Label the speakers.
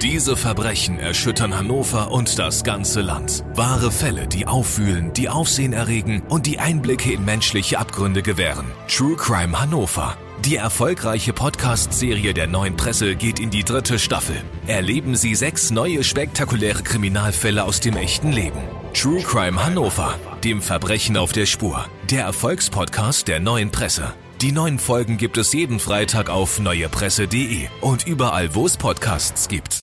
Speaker 1: Diese Verbrechen erschüttern Hannover und das ganze Land. Wahre Fälle, die aufwühlen, die Aufsehen erregen und die Einblicke in menschliche Abgründe gewähren. True Crime Hannover. Die erfolgreiche Podcast-Serie der Neuen Presse geht in die 3. Staffel. Erleben Sie 6 neue spektakuläre Kriminalfälle aus dem echten Leben. True Crime Hannover, dem Verbrechen auf der Spur. Der Erfolgspodcast der Neuen Presse. Die neuen Folgen gibt es jeden Freitag auf neuepresse.de und überall, wo es Podcasts gibt.